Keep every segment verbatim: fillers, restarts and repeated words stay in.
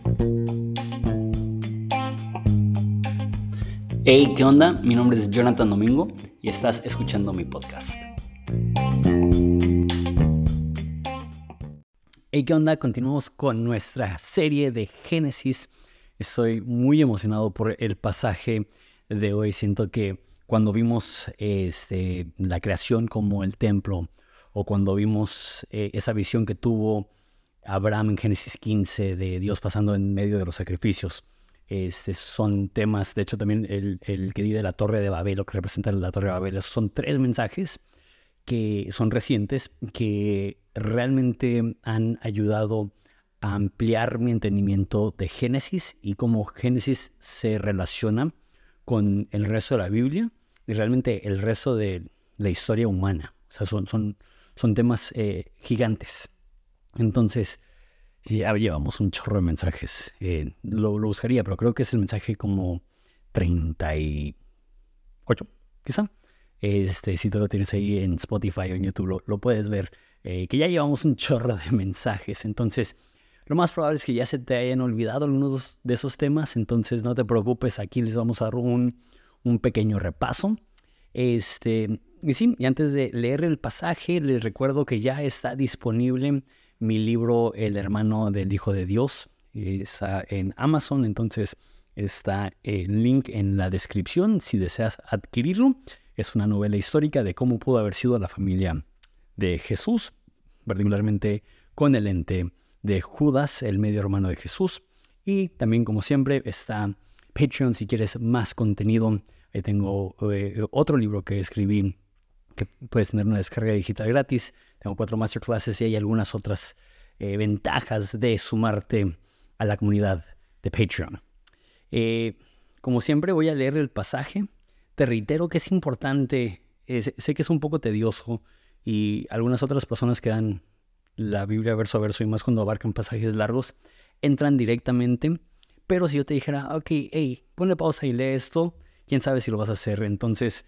Hey, ¿qué onda? Mi nombre es Jonathan Domingo y estás escuchando mi podcast. Hey, ¿qué onda? Continuamos con nuestra serie de Génesis. Estoy muy emocionado por el pasaje de hoy. Siento que cuando vimos este, la creación como el templo, o cuando vimos eh, esa visión que tuvo Abraham en Génesis quince de Dios pasando en medio de los sacrificios, Este, son temas, de hecho también el, el que di de la Torre de Babel, lo que representa la Torre de Babel, esos son tres mensajes que son recientes, que realmente han ayudado a ampliar mi entendimiento de Génesis y cómo Génesis se relaciona con el resto de la Biblia y realmente el resto de la historia humana. O sea, son, son, son temas eh, gigantes. Entonces, ya llevamos un chorro de mensajes. Eh, lo, lo buscaría, pero creo que es el mensaje como treinta y ocho, quizá. Este, si tú lo tienes ahí en Spotify o en YouTube, lo, lo puedes ver. Eh, que ya llevamos un chorro de mensajes. Entonces, lo más probable es que ya se te hayan olvidado algunos de esos temas. Entonces, no te preocupes. Aquí les vamos a dar un, un pequeño repaso. Este, y sí, y antes de leer el pasaje, les recuerdo que ya está disponible mi libro El hermano del Hijo de Dios. Está en Amazon, entonces está el link en la descripción si deseas adquirirlo. Es una novela histórica de cómo pudo haber sido la familia de Jesús, particularmente con el ente de Judas, el medio hermano de Jesús. Y también, como siempre, está Patreon si quieres más contenido. Ahí tengo eh, otro libro que escribí que puedes tener una descarga digital gratis. Tengo cuatro masterclasses y hay algunas otras eh, ventajas de sumarte a la comunidad de Patreon. Eh, como siempre voy a leer el pasaje. Te reitero que es importante, eh, sé que es un poco tedioso y algunas otras personas que dan la Biblia verso a verso y más cuando abarcan pasajes largos, entran directamente. Pero si yo te dijera, ok, hey, ponle pausa y lee esto, quién sabe si lo vas a hacer. Entonces,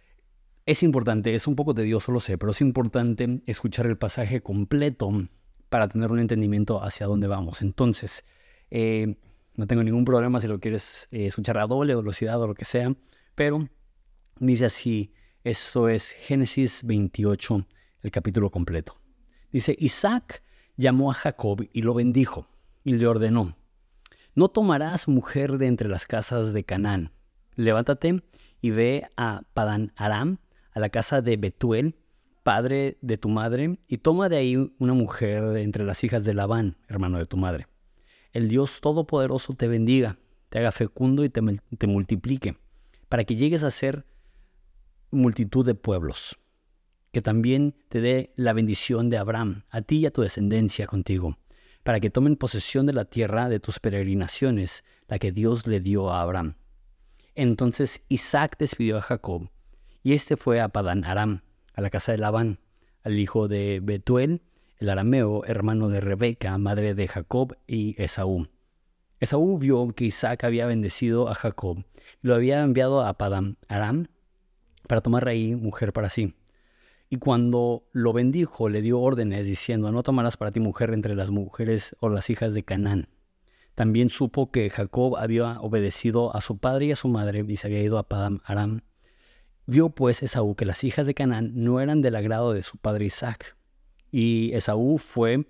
es importante, es un poco tedioso, lo sé, pero es importante escuchar el pasaje completo para tener un entendimiento hacia dónde vamos. Entonces, eh, no tengo ningún problema si lo quieres eh, escuchar a doble velocidad o lo que sea, pero dice así, esto es Génesis veintiocho, el capítulo completo. Dice, Isaac llamó a Jacob y lo bendijo y le ordenó, no tomarás mujer de entre las casas de Canaán. Levántate y ve a Padán Aram, a la casa de Betuel, padre de tu madre, y toma de ahí una mujer de entre las hijas de Labán, hermano de tu madre. El Dios Todopoderoso te bendiga, te haga fecundo y te, te multiplique, para que llegues a ser multitud de pueblos, que también te dé la bendición de Abraham, a ti y a tu descendencia contigo, para que tomen posesión de la tierra de tus peregrinaciones, la que Dios le dio a Abraham. Entonces Isaac despidió a Jacob, y éste fue a Padán Aram, a la casa de Labán, al hijo de Betuel, el arameo, hermano de Rebeca, madre de Jacob y Esaú. Esaú vio que Isaac había bendecido a Jacob y lo había enviado a Padán Aram para tomar ahí mujer para sí. Y cuando lo bendijo, le dio órdenes diciendo, no tomarás para ti mujer entre las mujeres o las hijas de Canaán. También supo que Jacob había obedecido a su padre y a su madre y se había ido a Padán Aram. Vio pues Esaú que las hijas de Canaán no eran del agrado de su padre Isaac. Y Esaú fue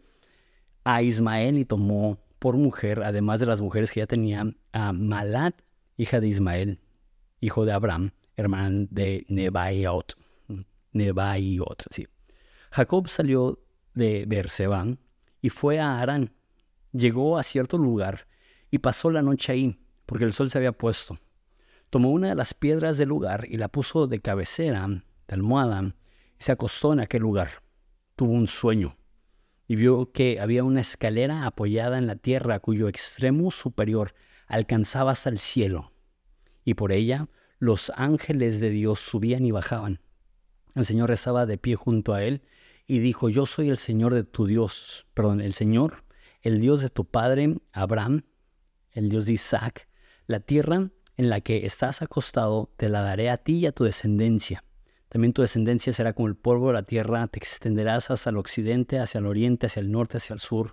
a Ismael y tomó por mujer, además de las mujeres que ya tenía, a Malat, hija de Ismael, hijo de Abraham, hermano de Nebaiot. Nebaiot, sí. Jacob salió de Beerseba y fue a Harán. Llegó a cierto lugar y pasó la noche ahí, porque el sol se había puesto. Tomó una de las piedras del lugar y la puso de cabecera, de almohada, y se acostó en aquel lugar. Tuvo un sueño y vio que había una escalera apoyada en la tierra cuyo extremo superior alcanzaba hasta el cielo, y por ella los ángeles de Dios subían y bajaban. El Señor estaba de pie junto a él y dijo, yo soy el Señor de tu Dios, perdón, el Señor, el Dios de tu padre Abraham, el Dios de Isaac. La tierra en la que estás acostado te la daré a ti y a tu descendencia. También tu descendencia será como el polvo de la tierra, te extenderás hasta el occidente, hacia el oriente, hacia el norte, hacia el sur,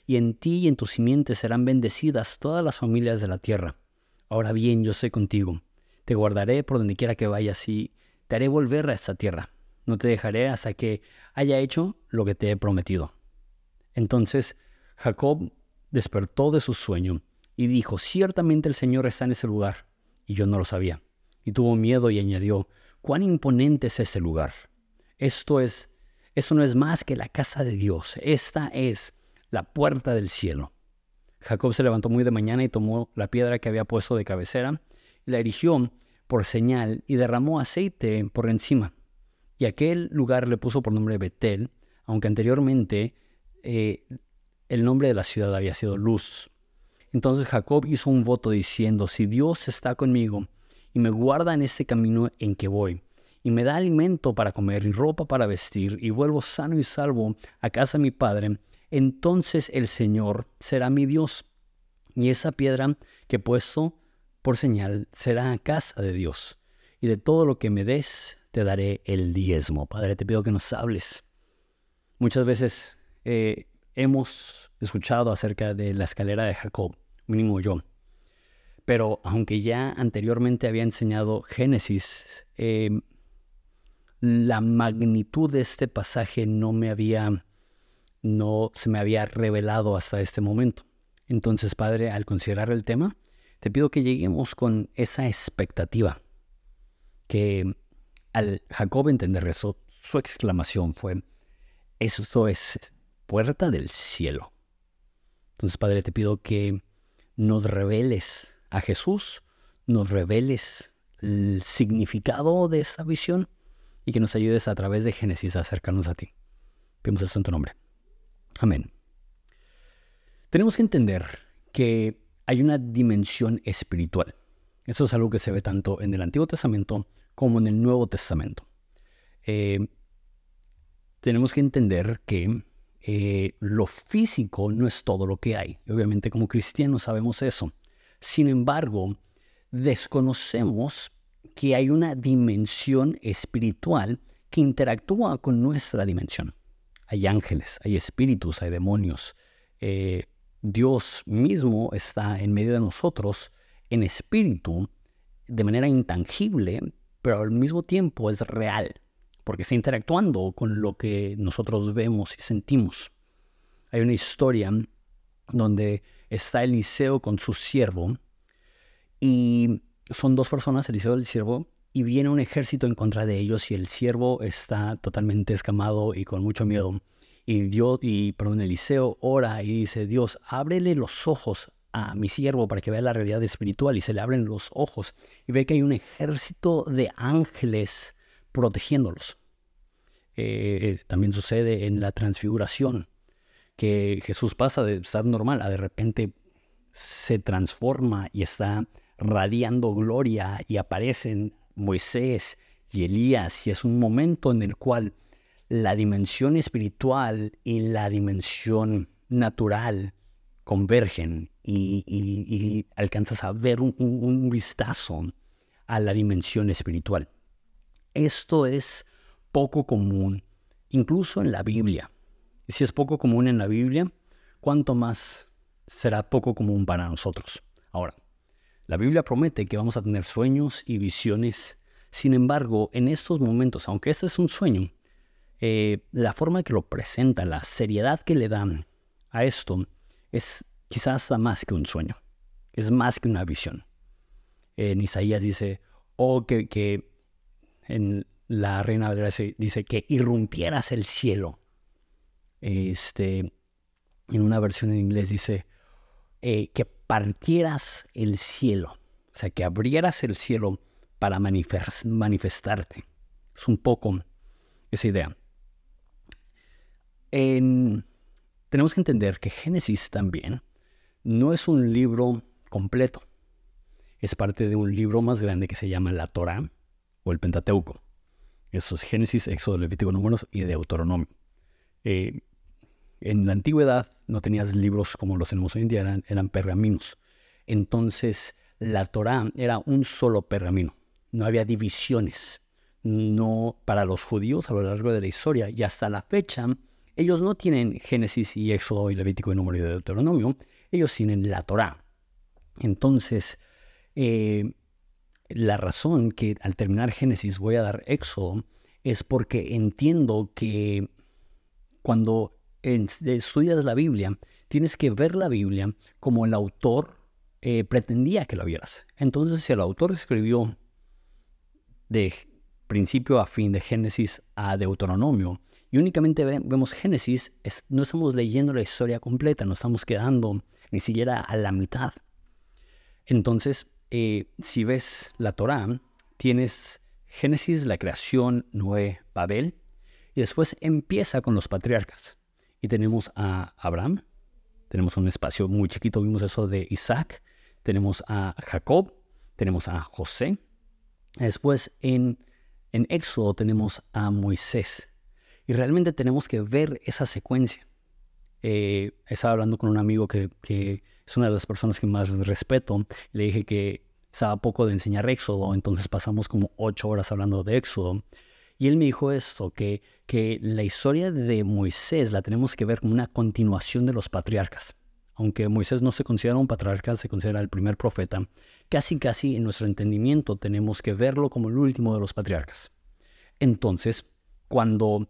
y en ti y en tu simiente serán bendecidas todas las familias de la tierra. Ahora bien, yo soy contigo. Te guardaré por donde quiera que vayas y te haré volver a esta tierra. No te dejaré hasta que haya hecho lo que te he prometido. Entonces Jacob despertó de su sueño y dijo, ciertamente el Señor está en ese lugar, y yo no lo sabía. Y tuvo miedo y añadió, cuán imponente es este lugar. Esto es, esto no es más que la casa de Dios. Esta es la puerta del cielo. Jacob se levantó muy de mañana y tomó la piedra que había puesto de cabecera y la erigió por señal y derramó aceite por encima. Y aquel lugar le puso por nombre Betel, aunque anteriormente eh, el nombre de la ciudad había sido Luz. Entonces Jacob hizo un voto diciendo, si Dios está conmigo y me guarda en este camino en que voy, y me da alimento para comer y ropa para vestir, y vuelvo sano y salvo a casa de mi padre, entonces el Señor será mi Dios, y esa piedra que he puesto por señal será casa de Dios, y de todo lo que me des te daré el diezmo. Padre, te pido que nos hables. Muchas veces eh, hemos escuchado acerca de la escalera de Jacob, mínimo yo. Pero aunque ya anteriormente había enseñado Génesis, eh, la magnitud de este pasaje no me había, no se me había revelado hasta este momento. Entonces, Padre, al considerar el tema, te pido que lleguemos con esa expectativa, que al Jacob entender eso, su exclamación fue, esto es puerta del cielo. Entonces, Padre, te pido que nos reveles a Jesús, nos reveles el significado de esta visión y que nos ayudes a través de Génesis a acercarnos a ti. Pedimos esto en tu nombre. Amén. Tenemos que entender que hay una dimensión espiritual. Eso es algo que se ve tanto en el Antiguo Testamento como en el Nuevo Testamento. Eh, tenemos que entender que eh, lo físico no es todo lo que hay. Obviamente como cristianos sabemos eso. Sin embargo, desconocemos que hay una dimensión espiritual que interactúa con nuestra dimensión. Hay ángeles, hay espíritus, hay demonios. Eh, Dios mismo está en medio de nosotros en espíritu, de manera intangible, pero al mismo tiempo es real, porque está interactuando con lo que nosotros vemos y sentimos. Hay una historia donde está Eliseo con su siervo, y son dos personas, Eliseo y el siervo, y viene un ejército en contra de ellos, y el siervo está totalmente escamado y con mucho miedo. Y, Dios, y perdón, Eliseo ora y dice, Dios, ábrele los ojos a mi siervo para que vea la realidad espiritual, y se le abren los ojos y ve que hay un ejército de ángeles protegiéndolos. Eh, también sucede en la transfiguración, que Jesús pasa de estar normal a de repente se transforma y está radiando gloria, y aparecen Moisés y Elías, y es un momento en el cual la dimensión espiritual y la dimensión natural convergen y, y, y alcanzas a ver un, un, un vistazo a la dimensión espiritual. Esto es poco común, incluso en la Biblia. Y si es poco común en la Biblia, ¿cuánto más será poco común para nosotros? Ahora, la Biblia promete que vamos a tener sueños y visiones. Sin embargo, en estos momentos, aunque este es un sueño, eh, la forma que lo presenta, la seriedad que le dan a esto, es quizás hasta más que un sueño. Es más que una visión. En Isaías dice, o oh, que, que en la Reina Valera dice que irrumpieras el cielo. Este, en una versión en inglés dice eh, que partieras el cielo. O sea, que abrieras el cielo para manifest- manifestarte. Es un poco esa idea. En, tenemos que entender que Génesis también no es un libro completo. Es parte de un libro más grande que se llama la Torá o el Pentateuco. Eso es Génesis, Éxodo, Levítico, Números y Deuteronomio. Eh, en la antigüedad no tenías libros como los tenemos hoy en día, eran, eran pergaminos. Entonces la Torá era un solo pergamino. No había divisiones. No, para los judíos a lo largo de la historia y hasta la fecha, Ellos no tienen Génesis y Éxodo y Levítico y Número y Deuteronomio, ellos tienen la Torá. Entonces, eh, la razón que al terminar Génesis voy a dar Éxodo es porque entiendo que cuando estudias la Biblia, tienes que ver la Biblia como el autor eh, pretendía que la vieras. Entonces, si el autor escribió de principio a fin, de Génesis a Deuteronomio, y únicamente ve, vemos Génesis, es, no estamos leyendo la historia completa, no estamos quedando ni siquiera a la mitad. Entonces, eh, si ves la Torá, tienes Génesis, la creación, Noé, Babel, y después empieza con los patriarcas. Y tenemos a Abraham, tenemos un espacio muy chiquito, vimos eso de Isaac, tenemos a Jacob, tenemos a José. Después en, en Éxodo tenemos a Moisés. Y realmente tenemos que ver esa secuencia. Eh, estaba hablando con un amigo que, que es una de las personas que más respeto. Le dije que estaba poco de enseñar Éxodo, entonces pasamos como ocho horas hablando de Éxodo. Y él me dijo esto, que, que la historia de Moisés la tenemos que ver como una continuación de los patriarcas. Aunque Moisés no se considera un patriarca, se considera el primer profeta, casi casi en nuestro entendimiento tenemos que verlo como el último de los patriarcas. Entonces, cuando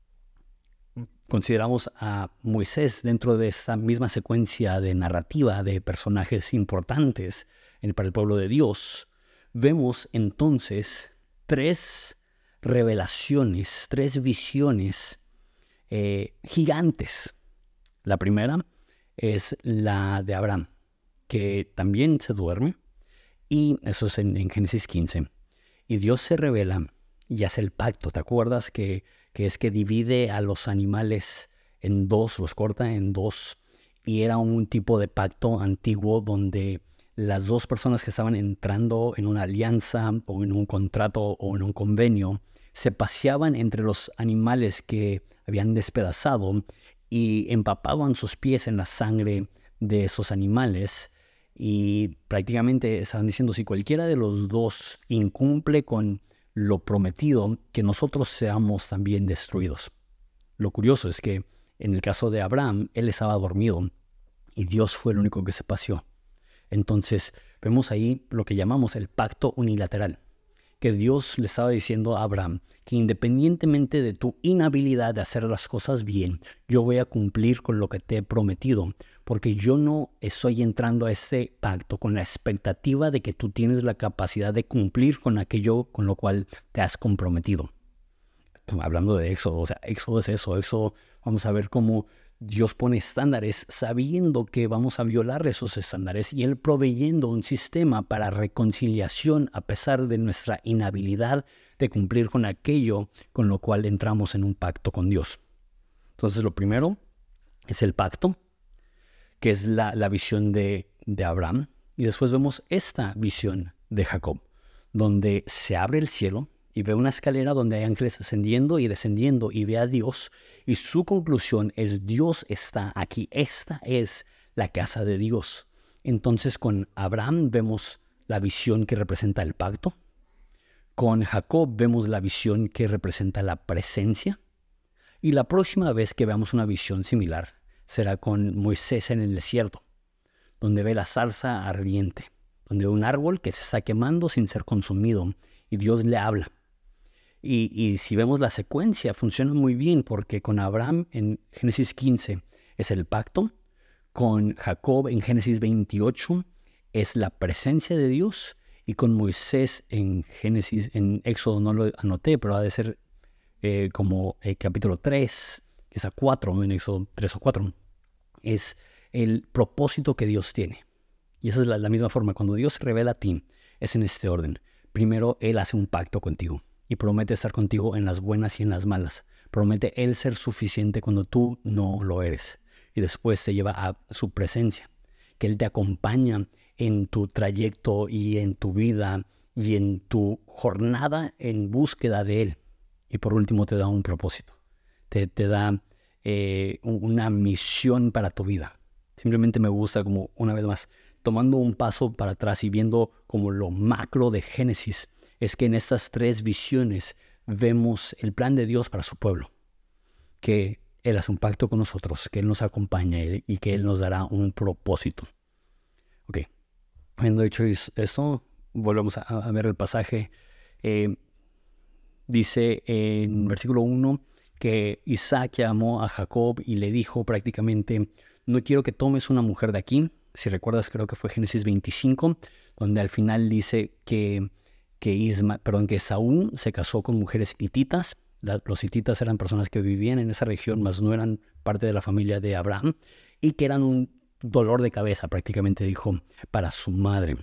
consideramos a Moisés dentro de esta misma secuencia de narrativa de personajes importantes para el pueblo de Dios, vemos entonces tres revelaciones, tres visiones eh, gigantes. La primera es la de Abraham, que también se duerme, y eso es en, en Génesis quince. Y Dios se revela y hace el pacto. ¿Te acuerdas que, que es que divide a los animales en dos, los corta en dos? Y era un tipo de pacto antiguo donde las dos personas que estaban entrando en una alianza o en un contrato o en un convenio se paseaban entre los animales que habían despedazado y empapaban sus pies en la sangre de esos animales, y prácticamente estaban diciendo, si cualquiera de los dos incumple con lo prometido, que nosotros seamos también destruidos. Lo curioso es que en el caso de Abraham, él estaba dormido y Dios fue el único que se paseó. Entonces vemos ahí lo que llamamos el pacto unilateral, que Dios le estaba diciendo a Abraham que independientemente de tu inhabilidad de hacer las cosas bien, yo voy a cumplir con lo que te he prometido, porque yo no estoy entrando a ese pacto con la expectativa de que tú tienes la capacidad de cumplir con aquello con lo cual te has comprometido. Hablando de Éxodo, o sea, Éxodo es eso, Éxodo, vamos a ver cómo Dios pone estándares sabiendo que vamos a violar esos estándares, y Él proveyendo un sistema para reconciliación a pesar de nuestra inhabilidad de cumplir con aquello con lo cual entramos en un pacto con Dios. Entonces lo primero es el pacto, que es la, la visión de, de Abraham, y después vemos esta visión de Jacob, donde se abre el cielo y ve una escalera donde hay ángeles ascendiendo y descendiendo, y ve a Dios, y su conclusión es: Dios está aquí, esta es la casa de Dios. Entonces con Abraham vemos la visión que representa el pacto, con Jacob vemos la visión que representa la presencia, y la próxima vez que veamos una visión similar será con Moisés en el desierto, donde ve la zarza ardiente, donde ve un árbol que se está quemando sin ser consumido, y Dios le habla. Y, y si vemos la secuencia, funciona muy bien, porque con Abraham en Génesis quince es el pacto, con Jacob en Génesis veintiocho es la presencia de Dios, y con Moisés en Génesis, en Éxodo no lo anoté, pero ha de ser eh, como eh, capítulo tres, quizá cuatro, en Éxodo tres o cuatro, es el propósito que Dios tiene. Y esa es la, la misma forma, cuando Dios se revela a ti, es en este orden. Primero Él hace un pacto contigo y promete estar contigo en las buenas y en las malas. Promete Él ser suficiente cuando tú no lo eres. Y después te lleva a su presencia, que Él te acompaña en tu trayecto y en tu vida y en tu jornada en búsqueda de Él. Y por último te da un propósito, te, te da eh, una misión para tu vida. Simplemente me gusta, como una vez más, tomando un paso para atrás y viendo como lo macro de Génesis, es que en estas tres visiones vemos el plan de Dios para su pueblo, que Él hace un pacto con nosotros, que Él nos acompaña y que Él nos dará un propósito. Ok, habiendo dicho eso, volvemos a, a ver el pasaje. Eh, dice en versículo uno que Isaac llamó a Jacob y le dijo prácticamente, no quiero que tomes una mujer de aquí. Si recuerdas, creo que fue Génesis veinticinco, donde al final dice que, que, Isma, perdón, que Esaú se casó con mujeres hititas. La, los hititas eran personas que vivían en esa región, mas no eran parte de la familia de Abraham, y que eran un dolor de cabeza, prácticamente dijo, para su madre.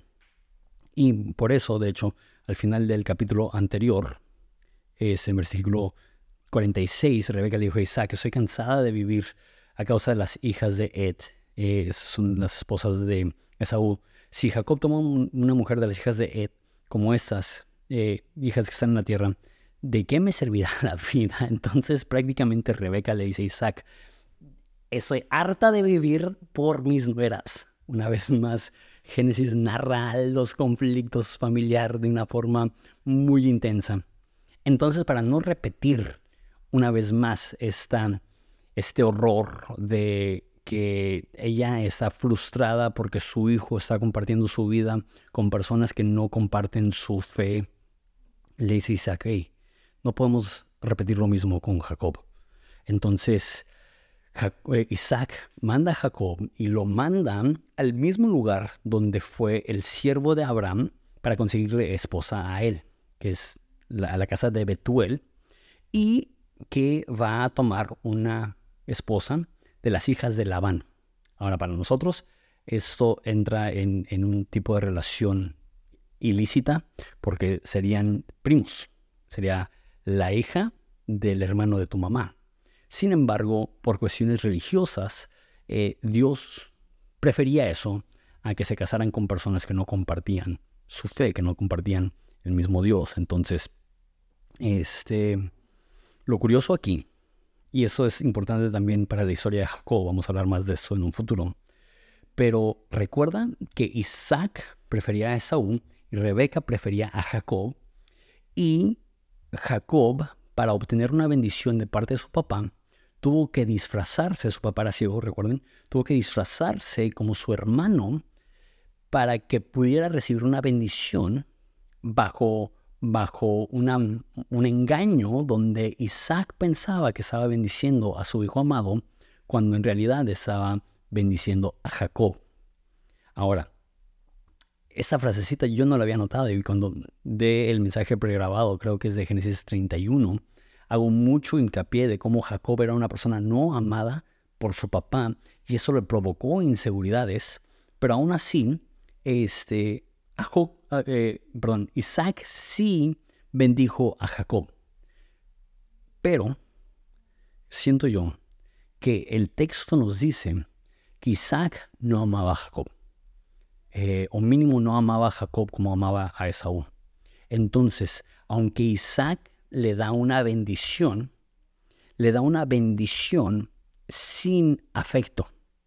Y por eso, de hecho, al final del capítulo anterior, es en versículo cuarenta y seis, Rebeca le dijo a Isaac, estoy cansada de vivir a causa de las hijas de Ed. Eh, son las esposas de Esaú. Si Jacob tomó una mujer de las hijas de Ed, como estas eh, hijas que están en la tierra, ¿de qué me servirá la vida? Entonces prácticamente Rebeca le dice a Isaac, estoy harta de vivir por mis nueras. Una vez más, Génesis narra los conflictos familiares de una forma muy intensa. Entonces, para no repetir una vez más esta, este horror de que ella está frustrada porque su hijo está compartiendo su vida con personas que no comparten su fe, le dice Isaac, hey, no podemos repetir lo mismo con Jacob. Entonces, Isaac manda a Jacob y lo mandan al mismo lugar donde fue el siervo de Abraham para conseguirle esposa a él, que es la, a la casa de Betuel, y que va a tomar una esposa de las hijas de Labán. Ahora, para nosotros, esto entra en, en un tipo de relación ilícita porque serían primos. Sería la hija del hermano de tu mamá. Sin embargo, por cuestiones religiosas, eh, Dios prefería eso a que se casaran con personas que no compartían su fe, que no compartían el mismo Dios. Entonces, este, lo curioso aquí, y eso es importante también para la historia de Jacob, vamos a hablar más de eso en un futuro, pero recuerda que Isaac prefería a Esaú y Rebeca prefería a Jacob, y Jacob, para obtener una bendición de parte de su papá, tuvo que disfrazarse, su papá era ciego, recuerden, tuvo que disfrazarse como su hermano para que pudiera recibir una bendición bajo, bajo una, un engaño donde Isaac pensaba que estaba bendiciendo a su hijo amado cuando en realidad estaba bendiciendo a Jacob. Ahora, esta frasecita yo no la había notado y cuando dé el mensaje pregrabado, creo que es de Génesis treinta y uno, hago mucho hincapié de cómo Jacob era una persona no amada por su papá y eso le provocó inseguridades, pero aún así, este, Jacob, eh, perdón, Isaac sí bendijo a Jacob. Pero siento yo que el texto nos dice que Isaac no amaba a Jacob. Eh, o mínimo no amaba a Jacob como amaba a Esaú. Entonces, aunque Isaac le da una bendición, le da una bendición sin afecto.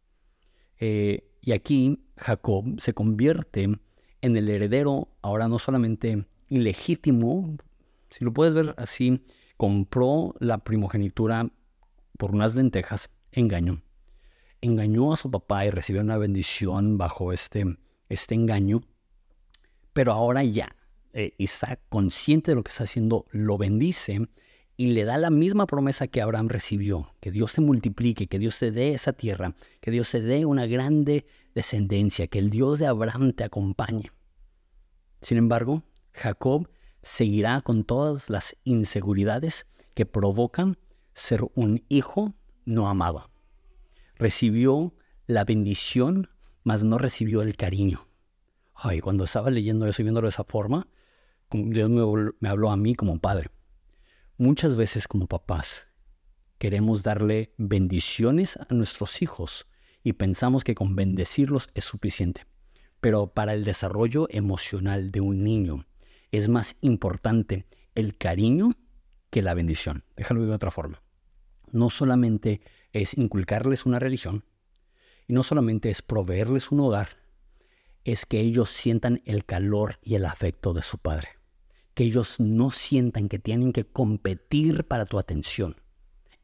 Eh, y aquí Jacob se convierte en el heredero, ahora no solamente ilegítimo, si lo puedes ver así, compró la primogenitura por unas lentejas, engaño. Engañó a su papá y recibió una bendición bajo este, este engaño, pero ahora ya eh, Isaac, consciente de lo que está haciendo, lo bendice y le da la misma promesa que Abraham recibió, que Dios te multiplique, que Dios te dé esa tierra, que Dios te dé una grande descendencia, que el Dios de Abraham te acompañe. Sin embargo, Jacob seguirá con todas las inseguridades que provocan ser un hijo no amado. Recibió la bendición, mas no recibió el cariño. Ay, cuando estaba leyendo eso y viéndolo de esa forma, Dios me, me habló a mí como padre. Muchas veces como papás queremos darle bendiciones a nuestros hijos y pensamos que con bendecirlos es suficiente. Pero para el desarrollo emocional de un niño es más importante el cariño que la bendición. Déjalo de otra forma. No solamente es inculcarles una religión y no solamente es proveerles un hogar, es que ellos sientan el calor y el afecto de su padre. Que ellos no sientan que tienen que competir para tu atención.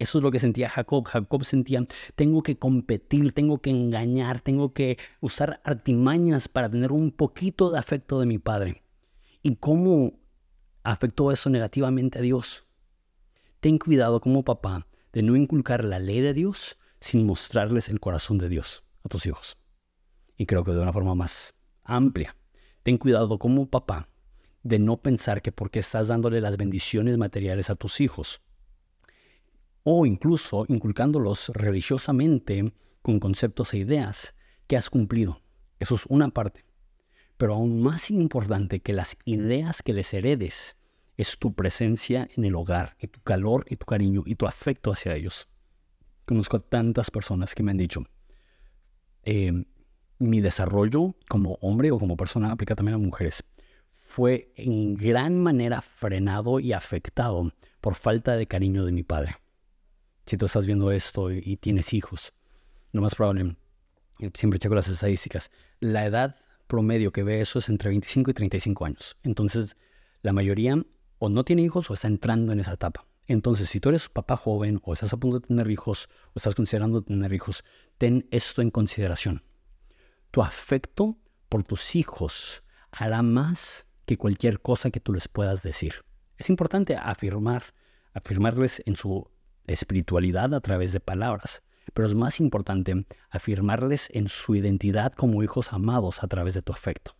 Eso es lo que sentía Jacob. Jacob sentía, tengo que competir, tengo que engañar, tengo que usar artimañas para tener un poquito de afecto de mi padre. ¿Y cómo afectó eso negativamente a Dios? Ten cuidado como papá de no inculcar la ley de Dios sin mostrarles el corazón de Dios a tus hijos. Y creo que de una forma más amplia. Ten cuidado como papá de no pensar que porque estás dándole las bendiciones materiales a tus hijos, o incluso inculcándolos religiosamente con conceptos e ideas que has cumplido. Eso es una parte. Pero aún más importante que las ideas que les heredes es tu presencia en el hogar, y tu calor y tu cariño y tu afecto hacia ellos. Conozco a tantas personas que me han dicho, eh, mi desarrollo como hombre o como persona, aplica también a mujeres, fue en gran manera frenado y afectado por falta de cariño de mi padre. Si tú estás viendo esto y, y tienes hijos, lo más probable, siempre checo las estadísticas, la edad promedio que ve eso es entre veinticinco y treinta y cinco años. Entonces, la mayoría o no tiene hijos o está entrando en esa etapa. Entonces, si tú eres papá joven o estás a punto de tener hijos o estás considerando tener hijos, ten esto en consideración. Tu afecto por tus hijos hará más que cualquier cosa que tú les puedas decir. Es importante afirmar, afirmarles en su espiritualidad a través de palabras, pero es más importante afirmarles en su identidad como hijos amados a través de tu afecto.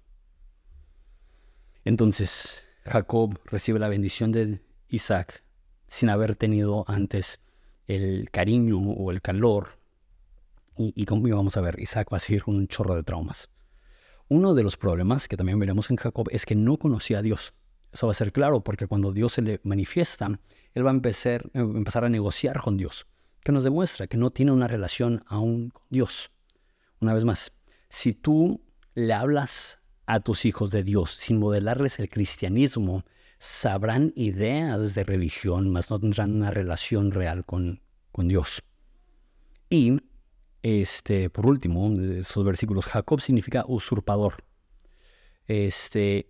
Entonces, Jacob recibe la bendición de Isaac sin haber tenido antes el cariño o el calor. Y, y como vamos a ver, Isaac va a seguir con un chorro de traumas. Uno de los problemas que también veremos en Jacob es que no conocía a Dios. Eso va a ser claro porque cuando Dios se le manifiesta, él va a empezar, a empezar a negociar con Dios, que nos demuestra que no tiene una relación aún con Dios. Una vez más, si tú le hablas a tus hijos de Dios sin modelarles el cristianismo, sabrán ideas de religión, mas no tendrán una relación real con, con Dios. Y este, por último, de esos versículos, Jacob significa usurpador. Este,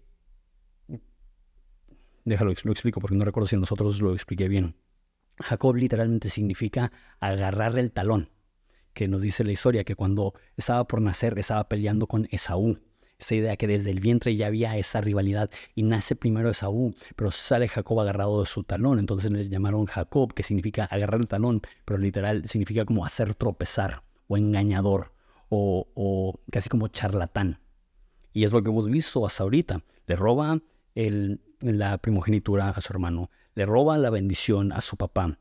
déjalo, lo explico porque no recuerdo si nosotros lo expliqué bien. Jacob literalmente significa agarrar el talón, que nos dice la historia que cuando estaba por nacer estaba peleando con Esaú. Esa idea que desde el vientre ya había esa rivalidad y nace primero Esaú, pero sale Jacob agarrado de su talón. Entonces le llamaron Jacob, que significa agarrar el talón, pero literal significa como hacer tropezar o engañador o, o casi como charlatán. Y es lo que hemos visto hasta ahorita. Le roba el, la primogenitura a su hermano, le roba la bendición a su papá.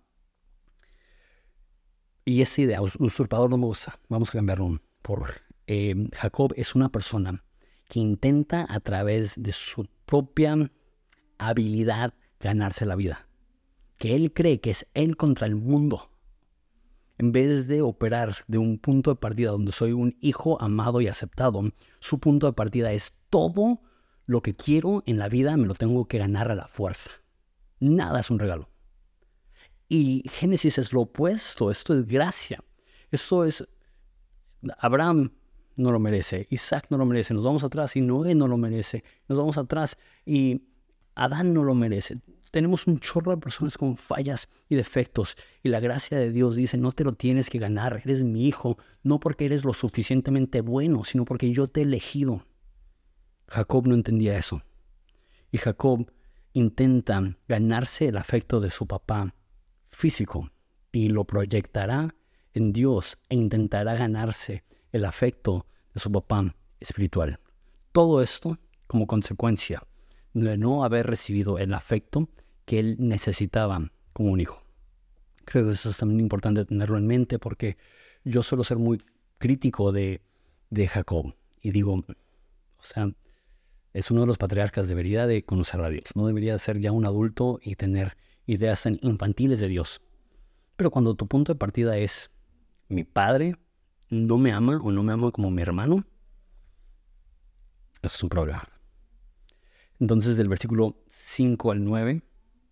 Y esa idea, usurpador, no me gusta. Vamos a cambiarlo por eh, Jacob es una persona que intenta a través de su propia habilidad ganarse la vida. Que él cree que es él contra el mundo. En vez de operar de un punto de partida donde soy un hijo amado y aceptado, su punto de partida es todo lo que quiero en la vida me lo tengo que ganar a la fuerza. Nada es un regalo. Y Génesis es lo opuesto, esto es gracia. Esto es, Abraham no lo merece, Isaac no lo merece, nos vamos atrás y Noé no lo merece, nos vamos atrás y Adán no lo merece. Tenemos un chorro de personas con fallas y defectos y la gracia de Dios dice, no te lo tienes que ganar, eres mi hijo, no porque eres lo suficientemente bueno, sino porque yo te he elegido. Jacob no entendía eso. Y Jacob intenta ganarse el afecto de su papá físico y lo proyectará en Dios e intentará ganarse el afecto de su papá espiritual. Todo esto como consecuencia de no haber recibido el afecto que él necesitaba como un hijo. Creo que eso es también importante tenerlo en mente porque yo suelo ser muy crítico de, de Jacob y digo, o sea, es uno de los patriarcas, debería de conocer a Dios, no debería ser ya un adulto y tener ideas tan infantiles de Dios. Pero cuando tu punto de partida es mi padre no me ama o no me ama como mi hermano, eso es un problema. Entonces del versículo cinco al nueve,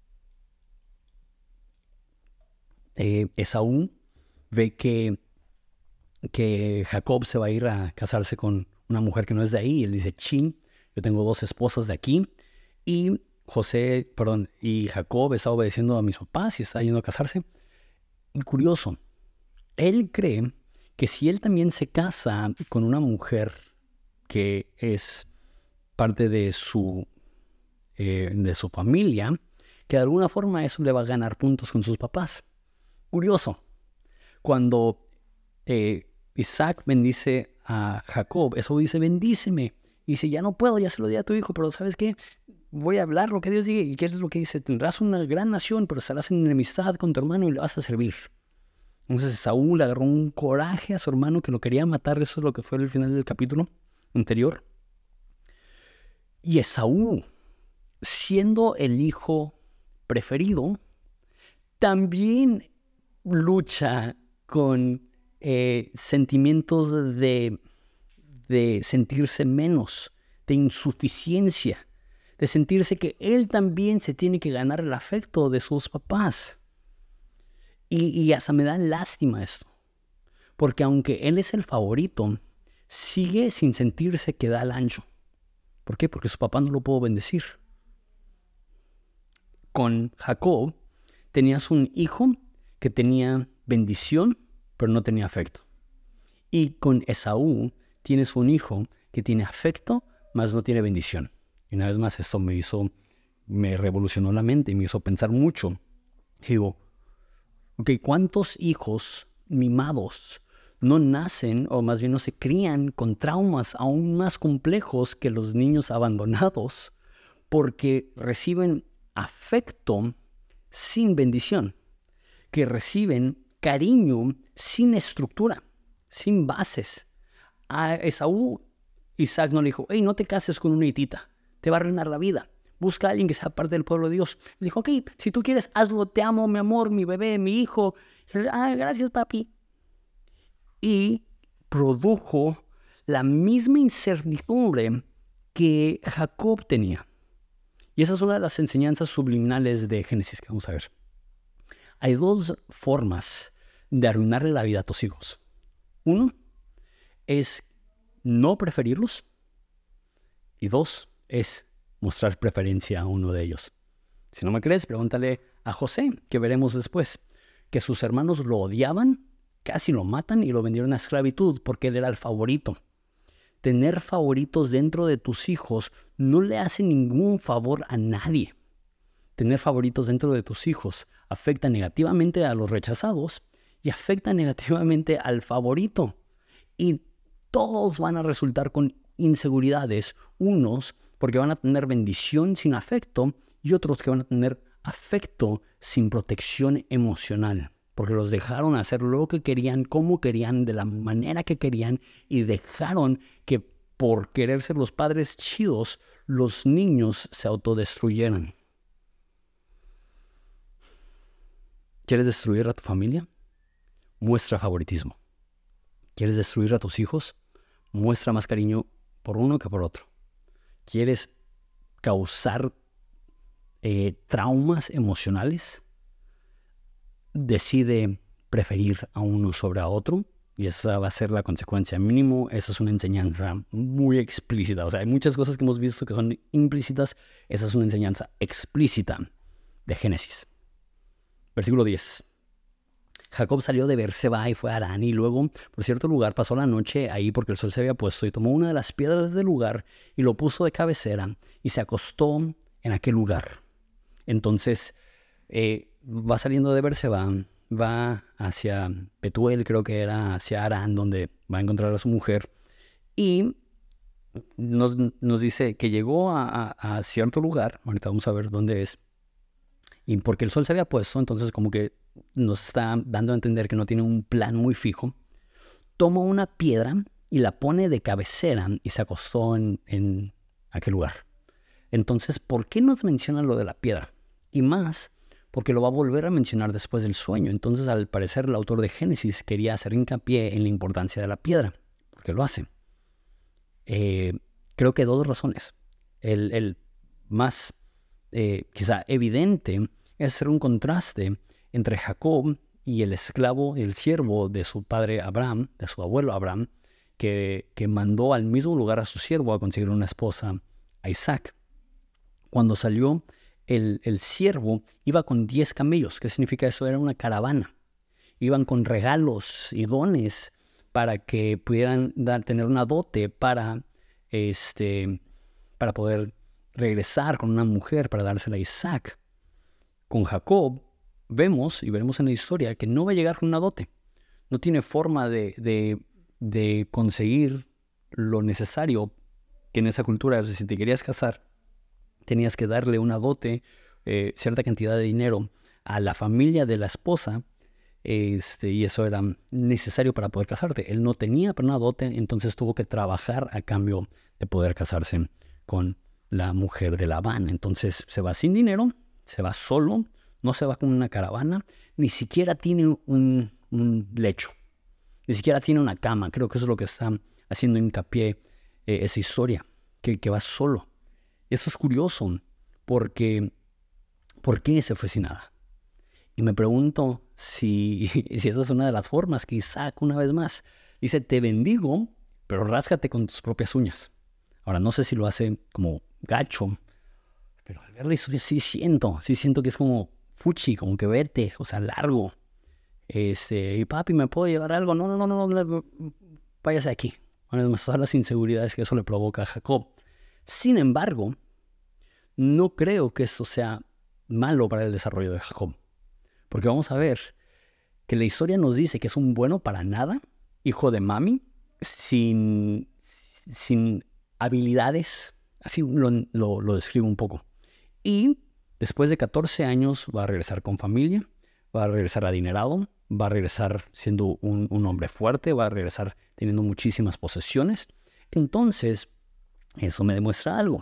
eh, Esaú ve que, que Jacob se va a ir a casarse con una mujer que no es de ahí y él dice, chin, yo tengo dos esposas de aquí y José, perdón, y Jacob está obedeciendo a mis papás y está yendo a casarse. curioso, él cree que si él también se casa con una mujer que es parte de su, eh, de su familia, que de alguna forma eso le va a ganar puntos con sus papás. Curioso, cuando eh, Isaac bendice a Jacob, Esaú dice, bendíceme. Y dice, ya no puedo, ya se lo di a tu hijo, pero ¿sabes qué? Voy a hablar lo que Dios diga. ¿Y qué es lo que dice? Tendrás una gran nación, pero estarás en enemistad con tu hermano y le vas a servir. Entonces Esaú le agarró un coraje a su hermano que lo quería matar. Eso es lo que fue el final del capítulo anterior. Y Esaú, siendo el hijo preferido, también lucha con eh, sentimientos de, de sentirse menos, de insuficiencia, de sentirse que él también se tiene que ganar el afecto de sus papás. Y, y hasta me da lástima esto, porque aunque él es el favorito, sigue sin sentirse que da el ancho. ¿Por qué? Porque su papá no lo pudo bendecir. Con Jacob tenías un hijo que tenía bendición, pero no tenía afecto. Y con Esaú tienes un hijo que tiene afecto, mas no tiene bendición. Y una vez más esto me hizo, me revolucionó la mente y me hizo pensar mucho. Digo, ok, ¿cuántos hijos mimados no nacen, o más bien no se crían con traumas aún más complejos que los niños abandonados, porque reciben afecto sin bendición, que reciben cariño sin estructura, sin bases? A Esaú, Isaac no le dijo, hey, no te cases con una hitita, te va a arruinar la vida. Busca a alguien que sea parte del pueblo de Dios. Le dijo, ok, si tú quieres, hazlo, te amo, mi amor, mi bebé, mi hijo. Ah, gracias, papi. Y produjo la misma incertidumbre que Jacob tenía. Y esa es una de las enseñanzas subliminales de Génesis que vamos a ver. Hay dos formas de arruinarle la vida a tus hijos. Uno es no preferirlos. Y dos es mostrar preferencia a uno de ellos. Si no me crees, pregúntale a José, que veremos después, que sus hermanos lo odiaban, casi lo matan y lo vendieron a esclavitud porque él era el favorito. Tener favoritos dentro de tus hijos no le hace ningún favor a nadie. Tener favoritos dentro de tus hijos afecta negativamente a los rechazados y afecta negativamente al favorito. Y todos van a resultar con inseguridades, unos porque van a tener bendición sin afecto y otros que van a tener afecto sin protección emocional, porque los dejaron hacer lo que querían, como querían, de la manera que querían, y dejaron que por querer ser los padres chidos, los niños se autodestruyeran. ¿Quieres destruir a tu familia? Muestra favoritismo. ¿Quieres destruir a tus hijos? Muestra más cariño por uno que por otro. ¿Quieres causar eh, traumas emocionales? Decide preferir a uno sobre a otro y esa va a ser la consecuencia. Mínimo, esa es una enseñanza muy explícita. O sea, hay muchas cosas que hemos visto que son implícitas. Esa es una enseñanza explícita de Génesis. Versículo diez. Jacob salió de Beerseba y fue a Harán, y luego por cierto lugar pasó la noche ahí porque el sol se había puesto, y tomó una de las piedras del lugar y lo puso de cabecera y se acostó en aquel lugar. Entonces eh, va saliendo de Beerseba, va hacia Betuel, creo que era hacia Harán, donde va a encontrar a su mujer, y nos, nos dice que llegó a, a, a cierto lugar. Ahorita vamos a ver dónde es. Y porque el sol se había puesto, entonces como que nos está dando a entender que no tiene un plan muy fijo. Toma una piedra y la pone de cabecera y se acostó en, en aquel lugar. Entonces, ¿por qué nos menciona lo de la piedra? Y más, porque lo va a volver a mencionar después del sueño. Entonces, al parecer, el autor de Génesis quería hacer hincapié en la importancia de la piedra. ¿Por qué lo hace? Eh, creo que dos razones. El, el más eh, quizá evidente es hacer un contraste entre Jacob y el esclavo, el siervo de su padre Abraham, de su abuelo Abraham, que, que mandó al mismo lugar a su siervo a conseguir una esposa, a Isaac. Cuando salió, el, el siervo iba con diez camellos. ¿Qué significa eso? Era una caravana. iban con regalos y dones para que pudieran dar, tener una dote para, este, para poder regresar con una mujer para dársela a Isaac. Con Jacob vemos y veremos en la historia que no va a llegar con una dote. No tiene forma de, de, de conseguir lo necesario que en esa cultura, si te querías casar, tenías que darle una dote, eh, cierta cantidad de dinero a la familia de la esposa, este, y eso era necesario para poder casarte. Él no tenía para una dote, entonces tuvo que trabajar a cambio de poder casarse con la mujer de Labán. Entonces se va sin dinero, se va solo, no se va con una caravana, ni siquiera tiene un, un lecho, ni siquiera tiene una cama. Creo que eso es lo que está haciendo hincapié eh, esa historia, que, que va solo. Y eso es curioso, porque ¿por qué se fue sin nada? Y me pregunto si, si esa es una de las formas que Isaac, una vez más, dice, te bendigo, pero ráscate con tus propias uñas. Ahora, no sé si lo hace como gacho, pero al ver la historia sí siento, sí siento que es como fuchi, como que vete, o sea, largo. Este, y papi, ¿me puedo llevar algo? No, no, no, no, no, váyase aquí. Una vez más, todas las inseguridades que eso le provoca a Jacob. Sin embargo, no creo que eso sea malo para el desarrollo de Jacob. Porque vamos a ver que la historia nos dice que es un bueno para nada, hijo de mami, sin, sin habilidades, así lo, lo, lo describo un poco. Y después de catorce años va a regresar con familia, va a regresar adinerado, va a regresar siendo un, un hombre fuerte, va a regresar teniendo muchísimas posesiones. Entonces, eso me demuestra algo,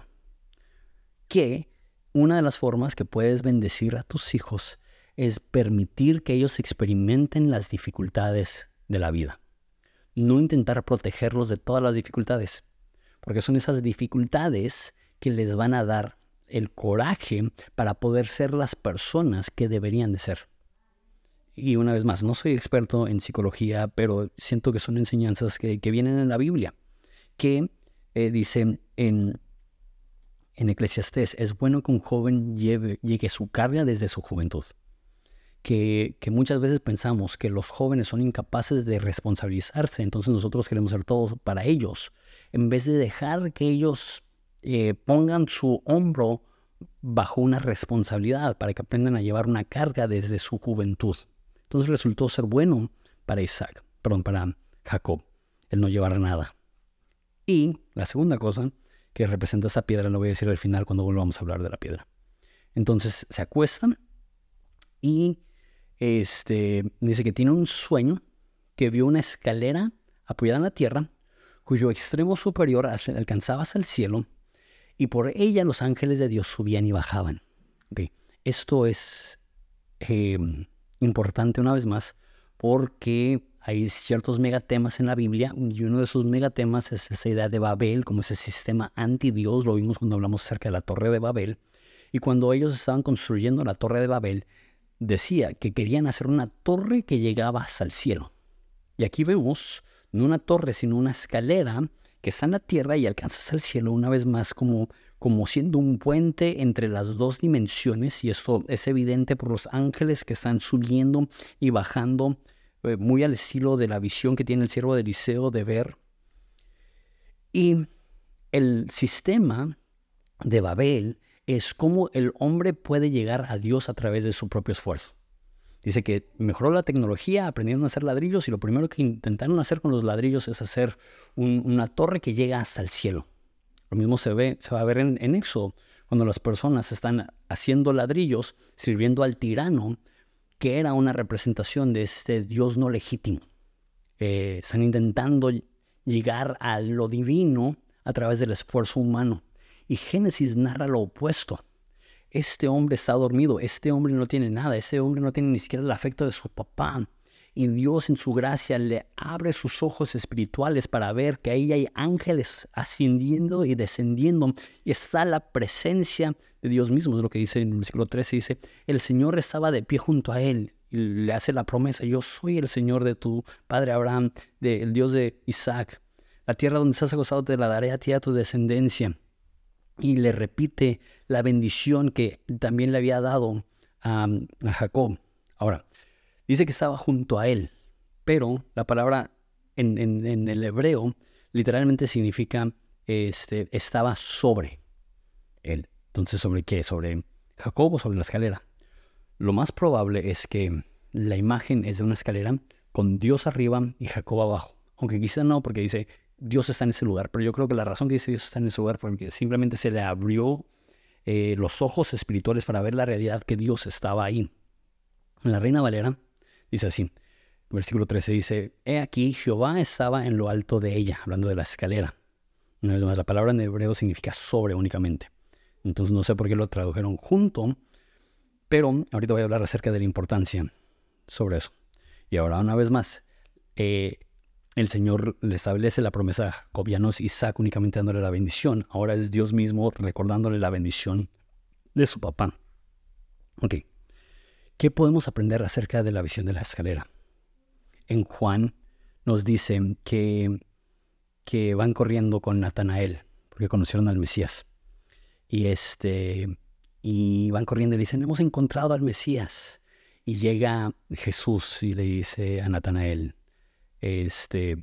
que una de las formas que puedes bendecir a tus hijos es permitir que ellos experimenten las dificultades de la vida. No intentar protegerlos de todas las dificultades, porque son esas dificultades que les van a dar el coraje para poder ser las personas que deberían de ser. Y una vez más, no soy experto en psicología, pero siento que son enseñanzas que, que vienen en la Biblia, que eh, dice en, en Eclesiastés, es bueno que un joven lleve, llegue su carga desde su juventud. Que, que muchas veces pensamos que los jóvenes son incapaces de responsabilizarse, entonces nosotros queremos hacer todo para ellos, en vez de dejar que ellos eh, pongan su hombro bajo una responsabilidad para que aprendan a llevar una carga desde su juventud. Entonces resultó ser bueno para Isaac, perdón, para Jacob, el no llevar nada. Y la segunda cosa que representa esa piedra, lo voy a decir al final cuando volvamos a hablar de la piedra. Entonces se acuestan y este, dice que tiene un sueño, que vio una escalera apoyada en la tierra, cuyo extremo superior alcanzaba hasta el cielo, y por ella los ángeles de Dios subían y bajaban. Okay. Esto es eh, importante una vez más, porque hay ciertos megatemas en la Biblia, y uno de esos megatemas es esa idea de Babel, como ese sistema anti-Dios. Lo vimos cuando hablamos acerca de la Torre de Babel, y cuando ellos estaban construyendo la Torre de Babel, decía que querían hacer una torre que llegaba hasta el cielo. Y aquí vemos no una torre, sino una escalera que está en la tierra y alcanza hasta el cielo, una vez más como, como siendo un puente entre las dos dimensiones. Y esto es evidente por los ángeles que están subiendo y bajando, eh, muy al estilo de la visión que tiene el siervo de Eliseo de ver. Y el sistema de Babel es cómo el hombre puede llegar a Dios a través de su propio esfuerzo. Dice que mejoró la tecnología, aprendieron a hacer ladrillos, y lo primero que intentaron hacer con los ladrillos es hacer un, una torre que llega hasta el cielo. Lo mismo se, ve, se va a ver en, en Éxodo, cuando las personas están haciendo ladrillos, sirviendo al tirano, que era una representación de este Dios no legítimo. Eh, están intentando llegar a lo divino a través del esfuerzo humano. Y Génesis narra lo opuesto. Este hombre está dormido, este hombre no tiene nada, este hombre no tiene ni siquiera el afecto de su papá. Y Dios en su gracia le abre sus ojos espirituales para ver que ahí hay ángeles ascendiendo y descendiendo. Y está la presencia de Dios mismo. Es lo que dice en el versículo trece, dice, el Señor estaba de pie junto a él. Y le hace la promesa, yo soy el Señor de tu padre Abraham, de, el Dios de Isaac. La tierra donde estás acostado te la daré a ti y a tu descendencia. Y le repite la bendición que también le había dado a, a Jacob. Ahora, Dice que estaba junto a él, pero la palabra en, en, en el hebreo literalmente significa este, estaba sobre él. Entonces, ¿sobre qué? ¿Sobre Jacob o sobre la escalera? Lo más probable es que la imagen es de una escalera con Dios arriba y Jacob abajo. Aunque quizá no, porque dice Dios está en ese lugar. Pero yo creo que la razón que dice Dios está en ese lugar fue porque simplemente se le abrió eh, los ojos espirituales para ver la realidad que Dios estaba ahí. En la Reina Valera dice así, versículo trece dice, he aquí Jehová estaba en lo alto de ella, hablando de la escalera. Una vez más, la palabra en hebreo significa sobre únicamente. Entonces no sé por qué lo tradujeron junto, pero ahorita voy a hablar acerca de la importancia sobre eso. Y ahora una vez más, eh, el Señor le establece la promesa a Jacob, ya no es Isaac únicamente dándole la bendición, ahora es Dios mismo recordándole la bendición de su papá. Ok, ¿qué podemos aprender acerca de la visión de la escalera? En Juan nos dicen que, que van corriendo con Natanael, porque conocieron al Mesías. Y, este, y van corriendo y le dicen, hemos encontrado al Mesías. Y llega Jesús y le dice a Natanael, este,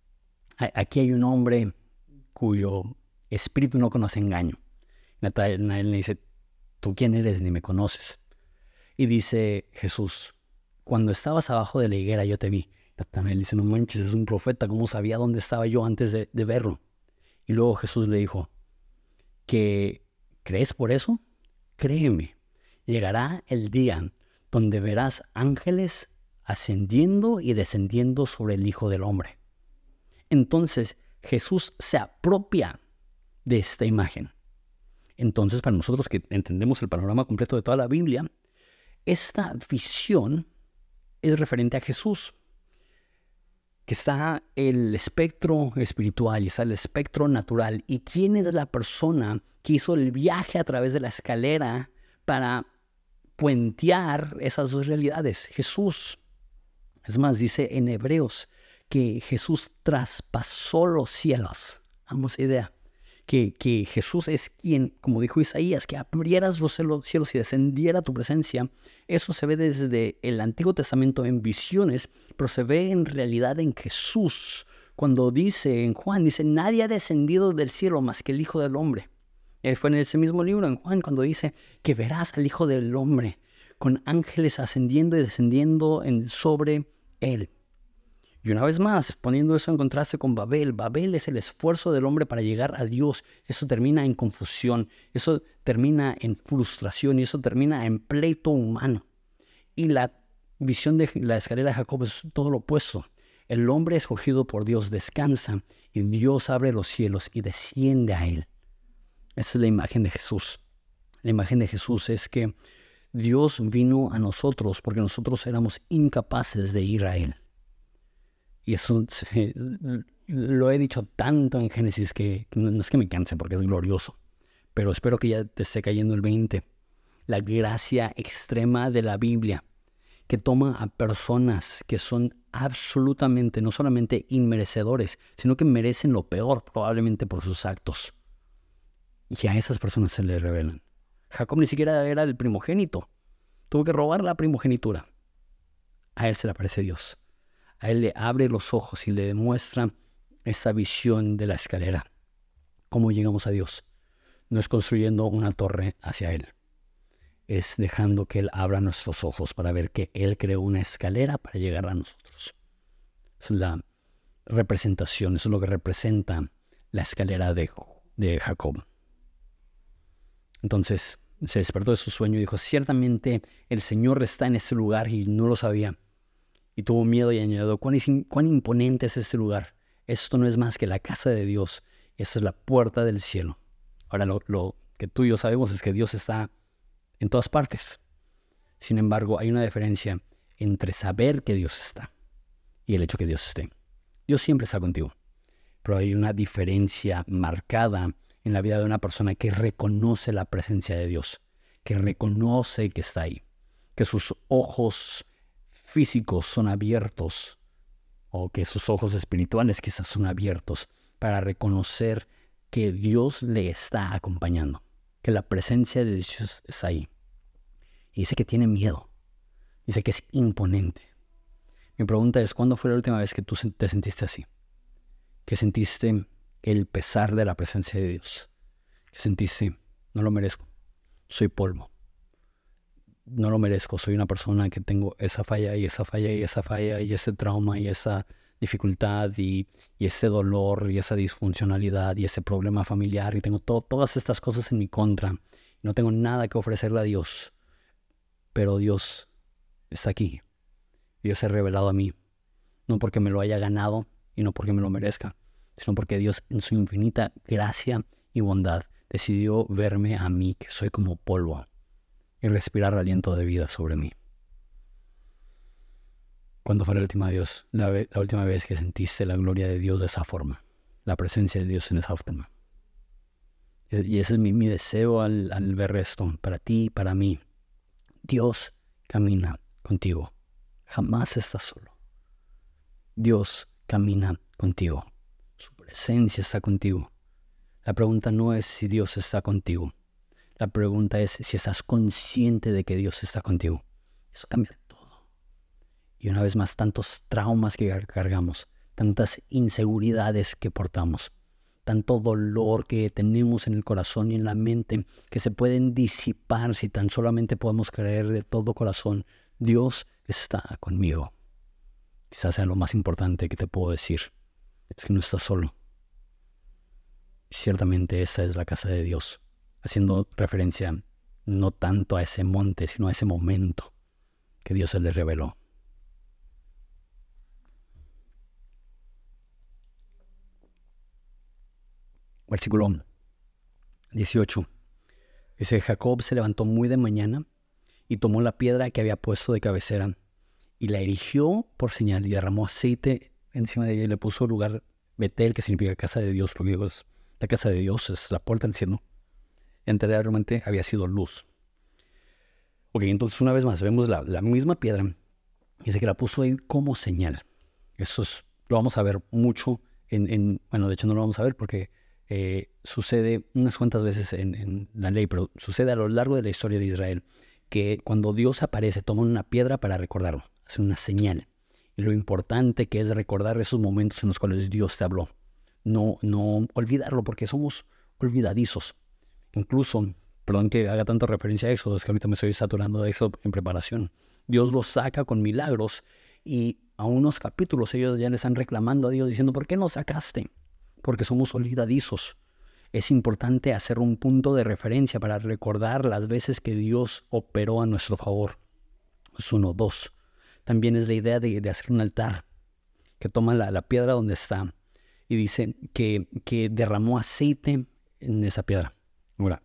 aquí hay un hombre cuyo espíritu no conoce engaño. Natanael le dice, ¿tú quién eres? Ni me conoces. Y dice Jesús, cuando estabas abajo de la higuera yo te vi. Natanael dice, no manches, es un profeta, ¿cómo sabía dónde estaba yo antes de, de verlo? Y luego Jesús le dijo, ¿que crees por eso? Créeme, llegará el día donde verás ángeles ascendiendo y descendiendo sobre el Hijo del Hombre. Entonces Jesús se apropia de esta imagen. Entonces, para nosotros que entendemos el panorama completo de toda la Biblia, esta visión es referente a Jesús, que está el espectro espiritual y está el espectro natural. ¿Y quién es la persona que hizo el viaje a través de la escalera para puentear esas dos realidades? Jesús. Es más, dice en Hebreos que Jesús traspasó los cielos. Vamos, idea. Que, que Jesús es quien, como dijo Isaías, que abrieras los cielos y descendiera tu presencia. Eso se ve desde el Antiguo Testamento en visiones, pero se ve en realidad en Jesús. Cuando dice en Juan, dice, nadie ha descendido del cielo más que el Hijo del Hombre. Y fue en ese mismo libro, en Juan, cuando dice que verás al Hijo del Hombre con ángeles ascendiendo y descendiendo en, sobre él. Y una vez más, poniendo eso en contraste con Babel, Babel es el esfuerzo del hombre para llegar a Dios. Eso termina en confusión, eso termina en frustración y eso termina en pleito humano. Y la visión de la escalera de Jacob es todo lo opuesto. El hombre escogido por Dios descansa y Dios abre los cielos y desciende a él. Esa es la imagen de Jesús. La imagen de Jesús es que Dios vino a nosotros porque nosotros éramos incapaces de ir a él. Y eso eh, lo he dicho tanto en Génesis que no es que me canse porque es glorioso. Pero espero que ya te esté cayendo el veinte. La gracia extrema de la Biblia, que toma a personas que son absolutamente, no solamente inmerecedores, sino que merecen lo peor probablemente por sus actos. Y a esas personas se les revelan. Jacob ni siquiera era el primogénito. Tuvo que robar la primogenitura. A él se le aparece Dios. A él le abre los ojos y le demuestra esa visión de la escalera. ¿Cómo llegamos a Dios? No es construyendo una torre hacia él. Es dejando que él abra nuestros ojos para ver que él creó una escalera para llegar a nosotros. Es la representación, eso es lo que representa la escalera de, de Jacob. Entonces se despertó de su sueño y dijo, ciertamente el Señor está en este lugar y no lo sabía. Y tuvo miedo y añadió, ¿cuán, cuán imponente es este lugar? Esto no es más que la casa de Dios. Esta es la puerta del cielo. Ahora lo, lo que tú y yo sabemos es que Dios está en todas partes. Sin embargo, hay una diferencia entre saber que Dios está y el hecho que Dios esté. Dios siempre está contigo. Pero hay una diferencia marcada en la vida de una persona que reconoce la presencia de Dios, que reconoce que está ahí, que sus ojos físicos son abiertos o que sus ojos espirituales quizás son abiertos para reconocer que Dios le está acompañando, que la presencia de Dios está ahí. Y dice que tiene miedo, dice que es imponente. Mi pregunta es, ¿cuándo fue la última vez que tú te sentiste así? Que sentiste el pesar de la presencia de Dios. Que sentiste, no lo merezco, soy polvo. No lo merezco, soy una persona que tengo esa falla y esa falla y esa falla y ese trauma y esa dificultad y, y ese dolor y esa disfuncionalidad y ese problema familiar y tengo to- todas estas cosas en mi contra. No tengo nada que ofrecerle a Dios, pero Dios está aquí. Dios se ha revelado a mí, no porque me lo haya ganado y no porque me lo merezca, sino porque Dios en su infinita gracia y bondad decidió verme a mí, que soy como polvo, y respirar aliento de vida sobre mí. ¿Cuándo fue la última, Dios, la, ve- la última vez que sentiste la gloria de Dios de esa forma? La presencia de Dios en esa forma. Y y ese es mi, mi deseo al, al ver esto, para ti y para mí. Dios camina contigo. Jamás estás solo. Dios camina contigo. Su presencia está contigo. La pregunta no es si Dios está contigo. La pregunta es si estás consciente de que Dios está contigo. Eso cambia todo. Y una vez más, tantos traumas que cargamos, tantas inseguridades que portamos, tanto dolor que tenemos en el corazón y en la mente, que se pueden disipar si tan solamente podemos creer de todo corazón, Dios está conmigo. Quizás sea lo más importante que te puedo decir, es que no estás solo. Ciertamente esta es la casa de Dios, haciendo referencia no tanto a ese monte, sino a ese momento que Dios se le reveló. Versículo dieciocho. Dice, Jacob se levantó muy de mañana y tomó la piedra que había puesto de cabecera y la erigió por señal y derramó aceite encima de ella y le puso lugar Betel, que significa casa de Dios, porque digo, la casa de Dios es la puerta del cielo. Anteriormente había sido luz. Ok, entonces una vez más vemos la, la misma piedra. Dice que la puso ahí como señal. Eso es, lo vamos a ver mucho en, en, bueno, de hecho no lo vamos a ver porque eh, sucede unas cuantas veces en, en la ley, pero sucede a lo largo de la historia de Israel, que cuando Dios aparece, toma una piedra para recordarlo, hace una señal. Y lo importante que es recordar esos momentos en los cuales Dios te habló. No, no olvidarlo, porque somos olvidadizos. Incluso, perdón que haga tanta referencia a Éxodo, es que ahorita me estoy saturando de eso en preparación. Dios los saca con milagros y a unos capítulos ellos ya le están reclamando a Dios diciendo, ¿por qué nos sacaste? Porque somos olvidadizos. Es importante hacer un punto de referencia para recordar las veces que Dios operó a nuestro favor. Es uno, dos. También es la idea de, de hacer un altar, que toma la, la piedra donde está y dice que, que derramó aceite en esa piedra. Ahora,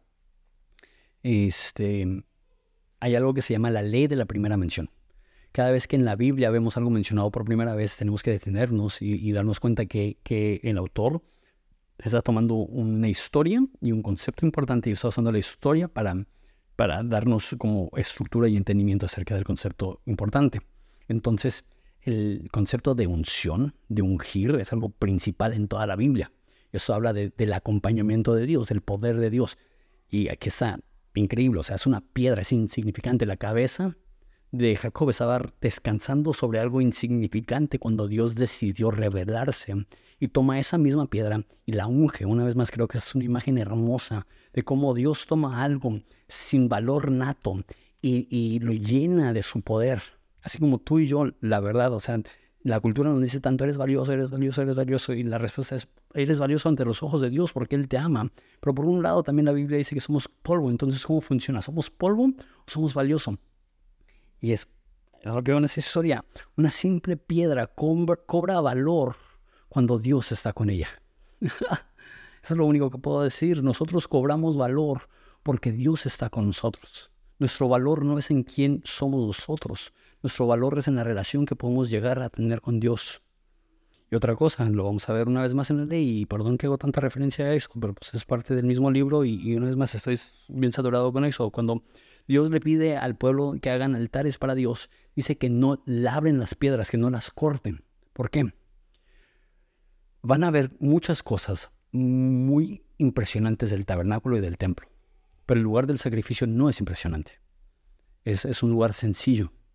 este, hay algo que se llama la ley de la primera mención. Cada vez que en la Biblia vemos algo mencionado por primera vez, tenemos que detenernos y, y darnos cuenta que, que el autor está tomando una historia y un concepto importante y está usando la historia para, para darnos como estructura y entendimiento acerca del concepto importante. Entonces, el concepto de unción, de ungir, es algo principal en toda la Biblia. Esto habla de, del acompañamiento de Dios, del poder de Dios. Y aquí está increíble, o sea, es una piedra, es insignificante. La cabeza de Jacob estaba descansando sobre algo insignificante cuando Dios decidió revelarse y toma esa misma piedra y la unge. Una vez más, creo que es una imagen hermosa de cómo Dios toma algo sin valor nato y, y lo llena de su poder. Así como tú y yo, la verdad, o sea, la cultura nos dice tanto, eres valioso, eres valioso, eres valioso, y la respuesta es, eres valioso ante los ojos de Dios porque Él te ama. Pero por un lado también la Biblia dice que somos polvo. Entonces, ¿cómo funciona? ¿Somos polvo o somos valioso? Y es, es lo que veo en esa historia. Una simple piedra cobra, cobra valor cuando Dios está con ella. Eso es lo único que puedo decir. Nosotros cobramos valor porque Dios está con nosotros. Nuestro valor no es en quién somos nosotros. Nuestro valor es en la relación que podemos llegar a tener con Dios. Y otra cosa, lo vamos a ver una vez más en la ley, y perdón que hago tanta referencia a eso, pero pues es parte del mismo libro y, y una vez más estoy bien saturado con eso. Cuando Dios le pide al pueblo que hagan altares para Dios, dice que no labren las piedras, que no las corten. ¿Por qué? Van a ver muchas cosas muy impresionantes del tabernáculo y del templo, pero el lugar del sacrificio no es impresionante. Es, es un lugar sencillo.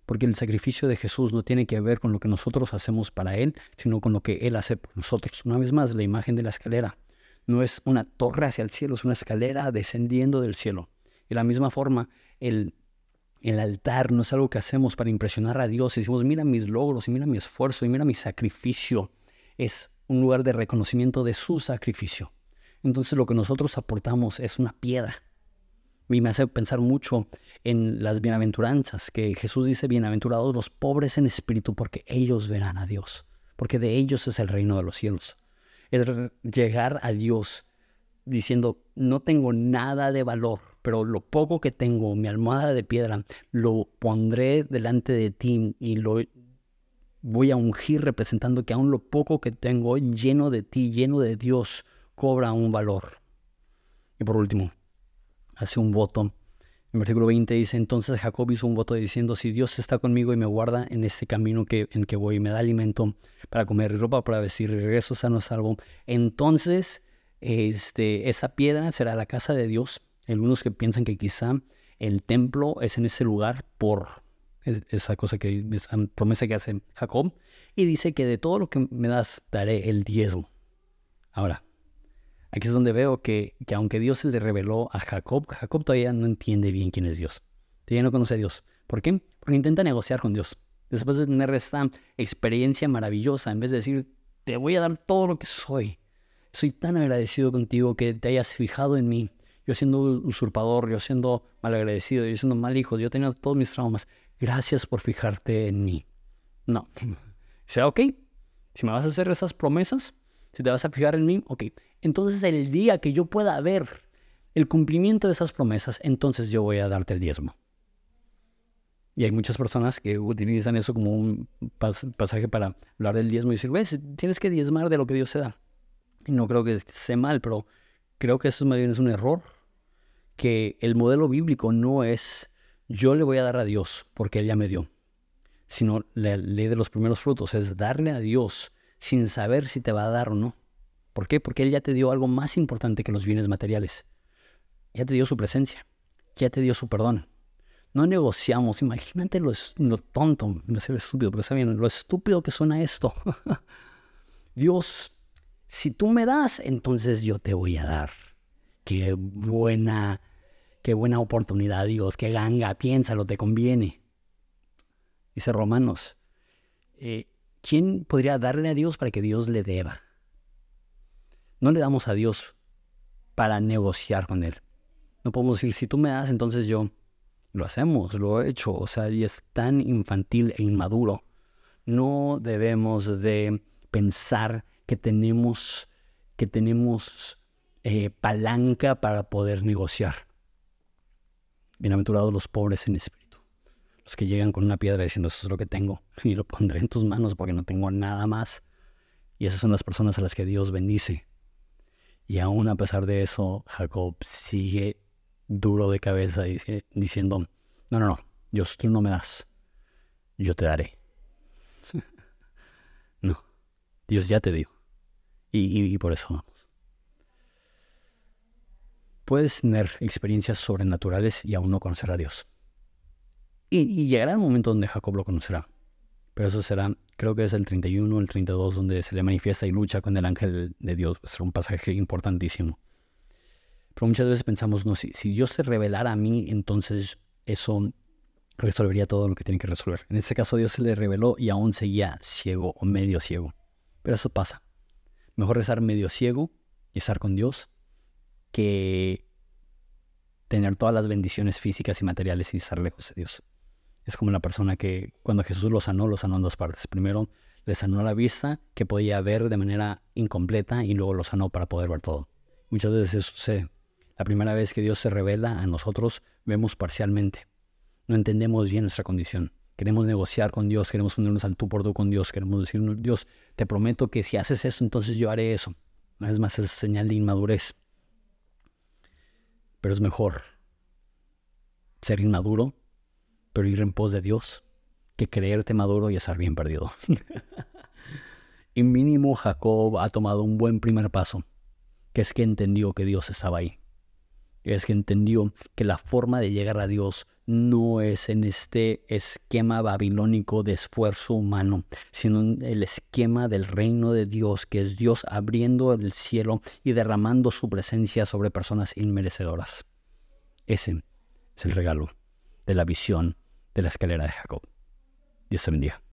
porque el sacrificio de Jesús no tiene que ver con lo que nosotros hacemos para Él, sino con lo que Él hace por nosotros. Una vez más, la imagen de la escalera no es una torre hacia el cielo, es una escalera descendiendo del cielo. De la misma forma, el, el altar no es algo que hacemos para impresionar a Dios y decimos, mira mis logros, y mira mi esfuerzo, y mira mi sacrificio. Es un lugar de reconocimiento de su sacrificio. Entonces lo que nosotros aportamos es una piedra. Y me hace pensar mucho en las bienaventuranzas, que Jesús dice, bienaventurados los pobres en espíritu, porque ellos verán a Dios, porque de ellos es el reino de los cielos. Es llegar a Dios diciendo, no tengo nada de valor, pero lo poco que tengo, mi almohada de piedra, lo pondré delante de ti y lo voy a ungir representando que aún lo poco que tengo, lleno de ti, lleno de Dios, cobra un valor. Y por último, hace un voto. En versículo veinte dice, entonces Jacob hizo un voto diciendo, si Dios está conmigo y me guarda en este camino que, en que voy, me da alimento para comer y ropa para vestir y regreso sano y salvo, entonces este, esa piedra será la casa de Dios. Algunos que piensan que quizá el templo es en ese lugar por esa cosa que, esa promesa que hace Jacob, y dice que de todo lo que me das daré el diezmo. Ahora, aquí es donde veo que, que aunque Dios se le reveló a Jacob, Jacob todavía no entiende bien quién es Dios. Todavía no conoce a Dios. ¿Por qué? Porque intenta negociar con Dios. Después de tener esta experiencia maravillosa, en vez de decir, te voy a dar todo lo que soy. Soy tan agradecido contigo que te hayas fijado en mí. Yo siendo usurpador, yo siendo malagradecido, yo siendo mal hijo, yo teniendo todos mis traumas. Gracias por fijarte en mí. No. Dice, ok, si me vas a hacer esas promesas, si te vas a fijar en mí, ok. Entonces el día que yo pueda ver el cumplimiento de esas promesas, entonces yo voy a darte el diezmo. Y hay muchas personas que utilizan eso como un pas- pasaje para hablar del diezmo y decir, ves, tienes que diezmar de lo que Dios te da. Y no creo que esté mal, pero creo que eso más bien es un error. Que el modelo bíblico no es yo le voy a dar a Dios porque Él ya me dio, sino la ley de los primeros frutos es darle a Dios sin saber si te va a dar o no. ¿Por qué? Porque Él ya te dio algo más importante que los bienes materiales. Ya te dio su presencia, ya te dio su perdón. No negociamos. Imagínate lo, lo tonto, no sé, lo estúpido, pero está bien, lo estúpido que suena esto. Dios, si tú me das, entonces yo te voy a dar. Qué buena, qué buena oportunidad, Dios, qué ganga, piénsalo, te conviene. Dice Romanos, eh, ¿quién podría darle a Dios para que Dios le deba? No le damos a Dios para negociar con Él. No podemos decir, si tú me das, entonces yo lo hacemos, lo he hecho. O sea, y es tan infantil e inmaduro. No debemos de pensar que tenemos, que tenemos eh, palanca para poder negociar. Bienaventurados los pobres en espíritu. Los que llegan con una piedra diciendo, eso es lo que tengo y lo pondré en tus manos porque no tengo nada más. Y esas son las personas a las que Dios bendice. Y aún a pesar de eso, Jacob sigue duro de cabeza dice, diciendo, no, no, no, Dios, tú no me das, yo te daré. No, Dios ya te dio. Y, y, y por eso vamos. Puedes tener experiencias sobrenaturales y aún no conocer a Dios. Y, y llegará el momento donde Jacob lo conocerá. Pero eso será, creo que es el treinta y uno, el treinta y dos, donde se le manifiesta y lucha con el ángel de Dios. Será un pasaje importantísimo. Pero muchas veces pensamos, no, si, si Dios se revelara a mí, entonces eso resolvería todo lo que tiene que resolver. En este caso Dios se le reveló y aún seguía ciego o medio ciego. Pero eso pasa. Mejor estar medio ciego y estar con Dios que tener todas las bendiciones físicas y materiales y estar lejos de Dios. Es como la persona que cuando Jesús lo sanó, lo sanó en dos partes. Primero le sanó la vista que podía ver de manera incompleta y luego lo sanó para poder ver todo. Muchas veces eso sucede. La primera vez que Dios se revela a nosotros, vemos parcialmente. No entendemos bien nuestra condición. Queremos negociar con Dios, queremos ponernos al tú por tú con Dios, queremos decir, Dios, te prometo que si haces esto, entonces yo haré eso. Una vez más, es señal de inmadurez. Pero es mejor ser inmaduro, pero ir en pos de Dios, que creerte maduro y estar bien perdido. Y mínimo Jacob ha tomado un buen primer paso, que es que entendió que Dios estaba ahí. es que entendió que la forma de llegar a Dios no es en este esquema babilónico de esfuerzo humano, sino en el esquema del reino de Dios, que es Dios abriendo el cielo y derramando su presencia sobre personas inmerecedoras. Ese es el regalo de la visión de la escalera de Jacob. Dios te bendiga.